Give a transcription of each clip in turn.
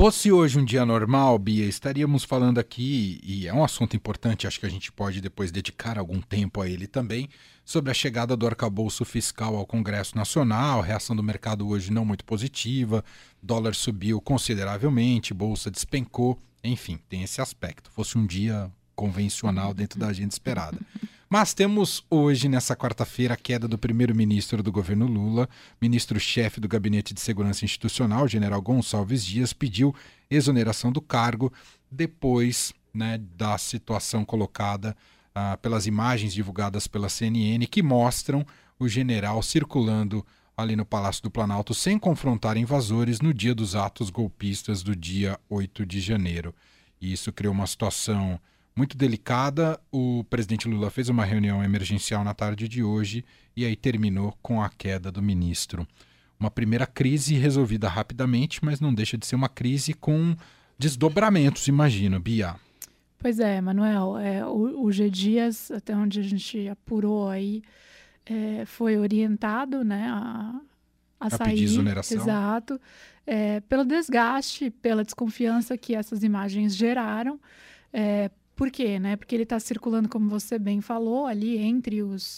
Fosse hoje um dia normal, Bia, estaríamos falando aqui, e é um assunto importante, acho que a gente pode depois dedicar algum tempo a ele também, sobre a chegada do arcabouço fiscal ao Congresso Nacional, a reação do mercado hoje não muito positiva, dólar subiu consideravelmente, bolsa despencou, enfim, tem esse aspecto. Fosse um dia convencional dentro da agenda esperada. Mas temos hoje, nessa quarta-feira, a queda do primeiro-ministro do governo Lula. Ministro-chefe do Gabinete de Segurança Institucional, general Gonçalves Dias, pediu exoneração do cargo depois, da situação colocada pelas imagens divulgadas pela CNN, que mostram o general circulando ali no Palácio do Planalto sem confrontar invasores no dia dos atos golpistas do dia 8 de janeiro. E isso criou uma situação muito delicada. O presidente Lula fez uma reunião emergencial na tarde de hoje e aí terminou com a queda do ministro. Uma primeira crise resolvida rapidamente, mas não deixa de ser uma crise com desdobramentos, imagino, Bia. Pois é, Manuel, o G. Dias, até onde a gente apurou aí, foi orientado, né, a sair, pedir exoneração. Exato, pelo desgaste, pela desconfiança que essas imagens geraram. Por quê? Né? Porque ele está circulando, como você bem falou, ali entre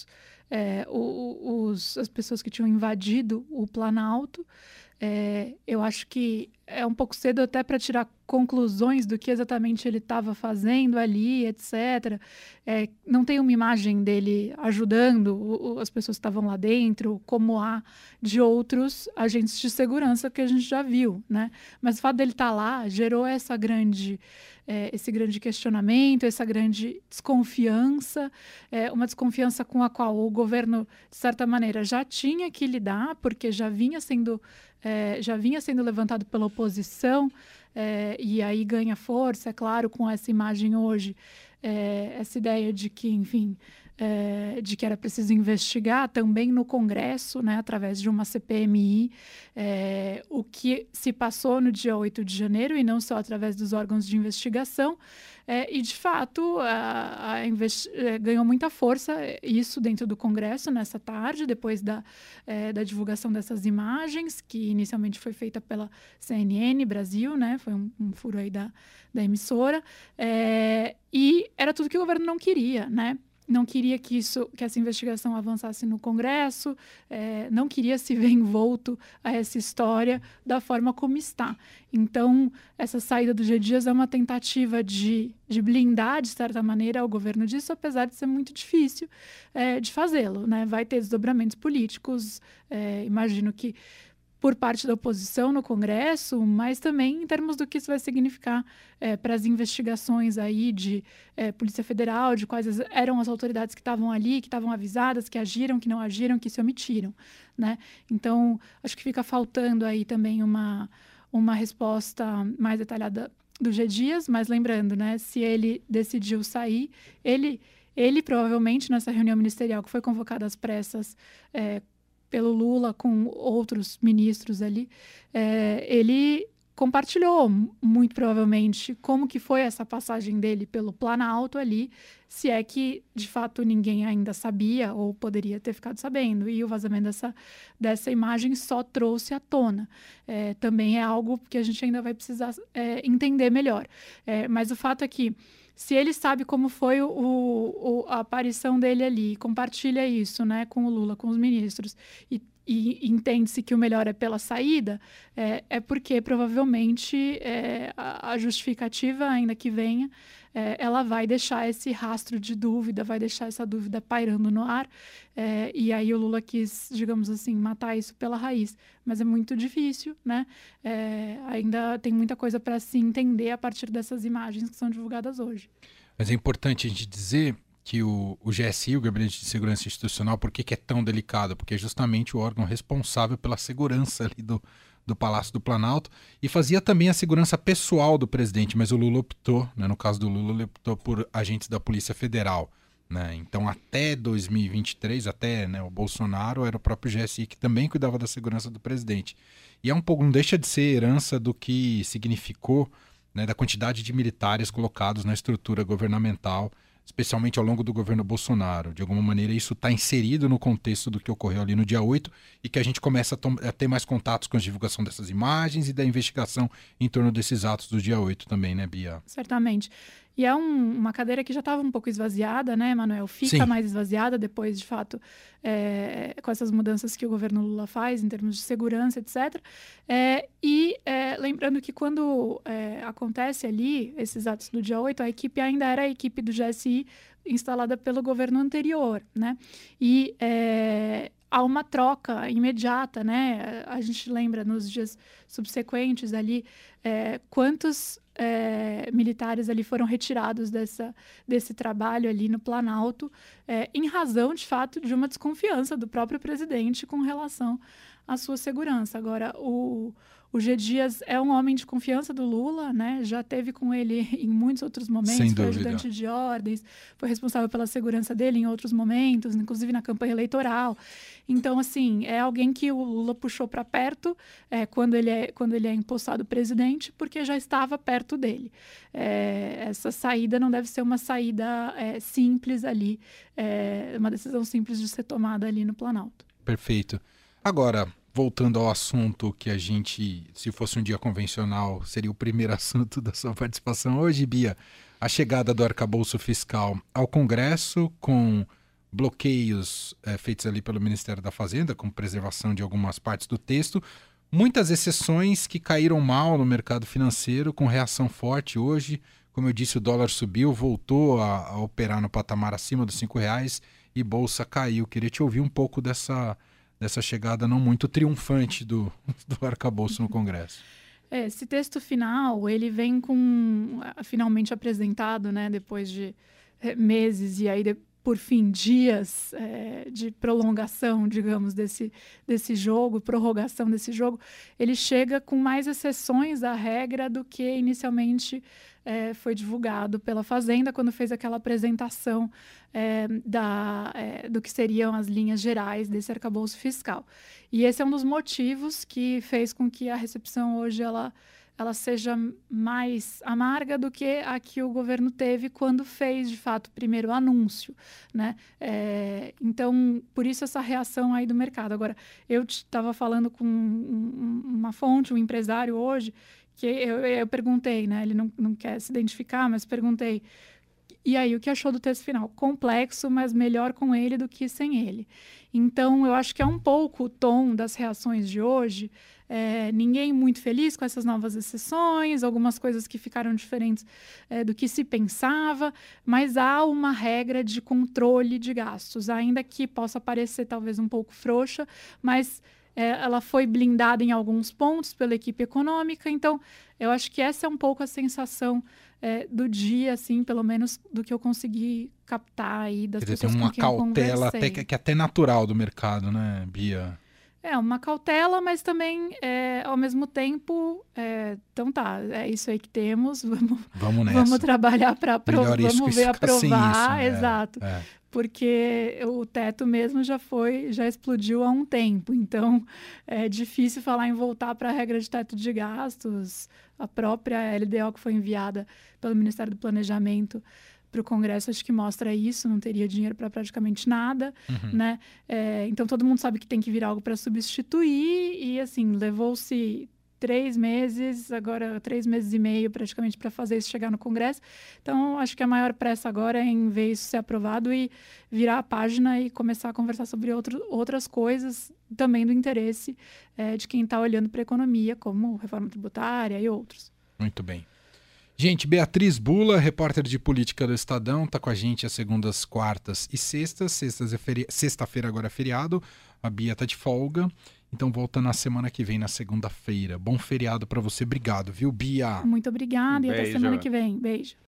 as pessoas que tinham invadido o Planalto. Eu acho que é um pouco cedo até para tirar conclusões do que exatamente ele estava fazendo ali, etc. Não tem uma imagem dele ajudando as pessoas que estavam lá dentro, como há de outros agentes de segurança que a gente já viu, né? Mas o fato dele estar lá gerou esse grande questionamento, essa grande desconfiança, uma desconfiança com a qual o governo, de certa maneira, já tinha que lidar, porque já vinha sendo levantado pela oposição, e aí ganha força, é claro, com essa imagem hoje, essa ideia de que, enfim, de que era preciso investigar também no Congresso, né, através de uma CPMI, o que se passou no dia 8 de janeiro, e não só através dos órgãos de investigação. E, de fato, ganhou muita força isso dentro do Congresso nessa tarde, depois da divulgação dessas imagens, que inicialmente foi feita pela CNN Brasil, né? Foi um furo aí da emissora. E era tudo que o governo não queria, né? Não queria que essa investigação avançasse no Congresso, não queria se ver envolto a essa história da forma como está. Então, essa saída do G. Dias é uma tentativa de blindar, de certa maneira, o governo disso, apesar de ser muito difícil de fazê-lo, né? Vai ter desdobramentos políticos, imagino que por parte da oposição no Congresso, mas também em termos do que isso vai significar para as investigações aí de Polícia Federal, de quais eram as autoridades que estavam ali, que estavam avisadas, que agiram, que não agiram, que se omitiram, né? Então, acho que fica faltando aí também uma resposta mais detalhada do G. Dias, mas lembrando, né, se ele decidiu sair, ele provavelmente, nessa reunião ministerial que foi convocada às pressas, pelo Lula com outros ministros ali, ele compartilhou muito provavelmente como que foi essa passagem dele pelo Planalto ali, se é que de fato ninguém ainda sabia ou poderia ter ficado sabendo, e o vazamento dessa imagem só trouxe à tona. Também é algo que a gente ainda vai precisar entender melhor. Mas o fato é que se ele sabe como foi a aparição dele ali, compartilha isso, né, com o Lula, com os ministros, e entende-se que o melhor é pela saída, porque provavelmente a justificativa, ainda que venha, ela vai deixar esse rastro de dúvida, vai deixar essa dúvida pairando no ar, e aí o Lula quis, digamos assim, matar isso pela raiz. Mas é muito difícil, né? Ainda tem muita coisa para se entender a partir dessas imagens que são divulgadas hoje. Mas é importante a gente dizer que o GSI, o Gabinete de Segurança Institucional, por que é tão delicado? Porque é justamente o órgão responsável pela segurança ali do Palácio do Planalto, e fazia também a segurança pessoal do presidente, mas o Lula optou, né, no caso do Lula, ele optou por agentes da Polícia Federal, né? Então, até 2023, né, o Bolsonaro era o próprio GSI que também cuidava da segurança do presidente. E não deixa de ser herança do que significou, né, da quantidade de militares colocados na estrutura governamental especialmente ao longo do governo Bolsonaro. De alguma maneira, isso está inserido no contexto do que ocorreu ali no dia 8 e que a gente começa a ter mais contatos com a divulgação dessas imagens e da investigação em torno desses atos do dia 8 também, né, Bia? Certamente. E é uma cadeira que já estava um pouco esvaziada, né, Manuel? Fica Sim. mais esvaziada depois, de fato, com essas mudanças que o governo Lula faz em termos de segurança, etc. Lembrando que quando acontece ali esses atos do dia 8, a equipe ainda era a equipe do GSI instalada pelo governo anterior, né? E há uma troca imediata, né? A gente lembra nos dias subsequentes ali quantos militares ali foram retirados desse trabalho ali no Planalto, em razão, de fato, de uma desconfiança do próprio presidente com relação à sua segurança. Agora, o G. Dias é um homem de confiança do Lula, né? Já teve com ele em muitos outros momentos, Sem foi dúvida. ajudante de ordens, foi responsável pela segurança dele em outros momentos, inclusive na campanha eleitoral. Então, assim, é alguém que o Lula puxou para perto quando ele é empossado presidente, porque já estava perto dele. Essa saída não deve ser uma saída simples ali, uma decisão simples de ser tomada ali no Planalto. Perfeito. Agora, voltando ao assunto que a gente, se fosse um dia convencional, seria o primeiro assunto da sua participação hoje, Bia, a chegada do arcabouço fiscal ao Congresso, com bloqueios feitos ali pelo Ministério da Fazenda, com preservação de algumas partes do texto, muitas exceções que caíram mal no mercado financeiro, com reação forte hoje. Como eu disse, o dólar subiu, voltou a operar no patamar acima dos R$5 e bolsa caiu. Queria te ouvir um pouco dessa chegada não muito triunfante do arcabouço no Congresso. Esse texto final, ele vem finalmente apresentado, né, depois de meses e aí por fim dias de prolongação, digamos, desse jogo, prorrogação desse jogo. Ele chega com mais exceções à regra do que inicialmente foi divulgado pela Fazenda quando fez aquela apresentação do que seriam as linhas gerais desse arcabouço fiscal. E esse é um dos motivos que fez com que a recepção hoje ela seja mais amarga do que a que o governo teve quando fez, de fato, o primeiro anúncio, né? Então, por isso essa reação aí do mercado. Agora, eu estava falando com uma fonte, um empresário hoje, que eu perguntei, né? Ele não quer se identificar, mas perguntei, e aí, o que achou do texto final? Complexo, mas melhor com ele do que sem ele. Então, eu acho que é um pouco o tom das reações de hoje. Ninguém muito feliz com essas novas exceções, algumas coisas que ficaram diferentes do que se pensava, mas há uma regra de controle de gastos, ainda que possa parecer talvez um pouco frouxa, mas ela foi blindada em alguns pontos pela equipe econômica. Então, eu acho que essa é um pouco a sensação do dia, assim, pelo menos do que eu consegui captar aí das pessoas com quem eu conversei. Tem uma cautela que é até natural do mercado, né, Bia? Uma cautela, mas também, ao mesmo tempo, então tá, é isso aí que temos, vamos nessa. Vamos trabalhar para aprovar, vamos ver aprovar, isso, exato. Porque o teto mesmo já explodiu há um tempo, então é difícil falar em voltar para a regra de teto de gastos. A própria LDO que foi enviada pelo Ministério do Planejamento para o Congresso, acho que mostra isso, não teria dinheiro para praticamente nada, né? Então, todo mundo sabe que tem que vir algo para substituir e, assim, levou-se 3 meses, agora 3 meses e meio praticamente para fazer isso chegar no Congresso. Então, acho que a maior pressa agora é em ver isso ser aprovado e virar a página e começar a conversar sobre outras coisas também do interesse de quem está olhando para a economia, como reforma tributária e outros. Muito bem. Gente, Beatriz Bula, repórter de política do Estadão, está com a gente às segundas, quartas e sextas. Sexta-feira agora é feriado, a Bia está de folga, então volta na semana que vem, na segunda-feira. Bom feriado para você, obrigado, viu, Bia? Muito obrigada e até semana que vem. Beijo.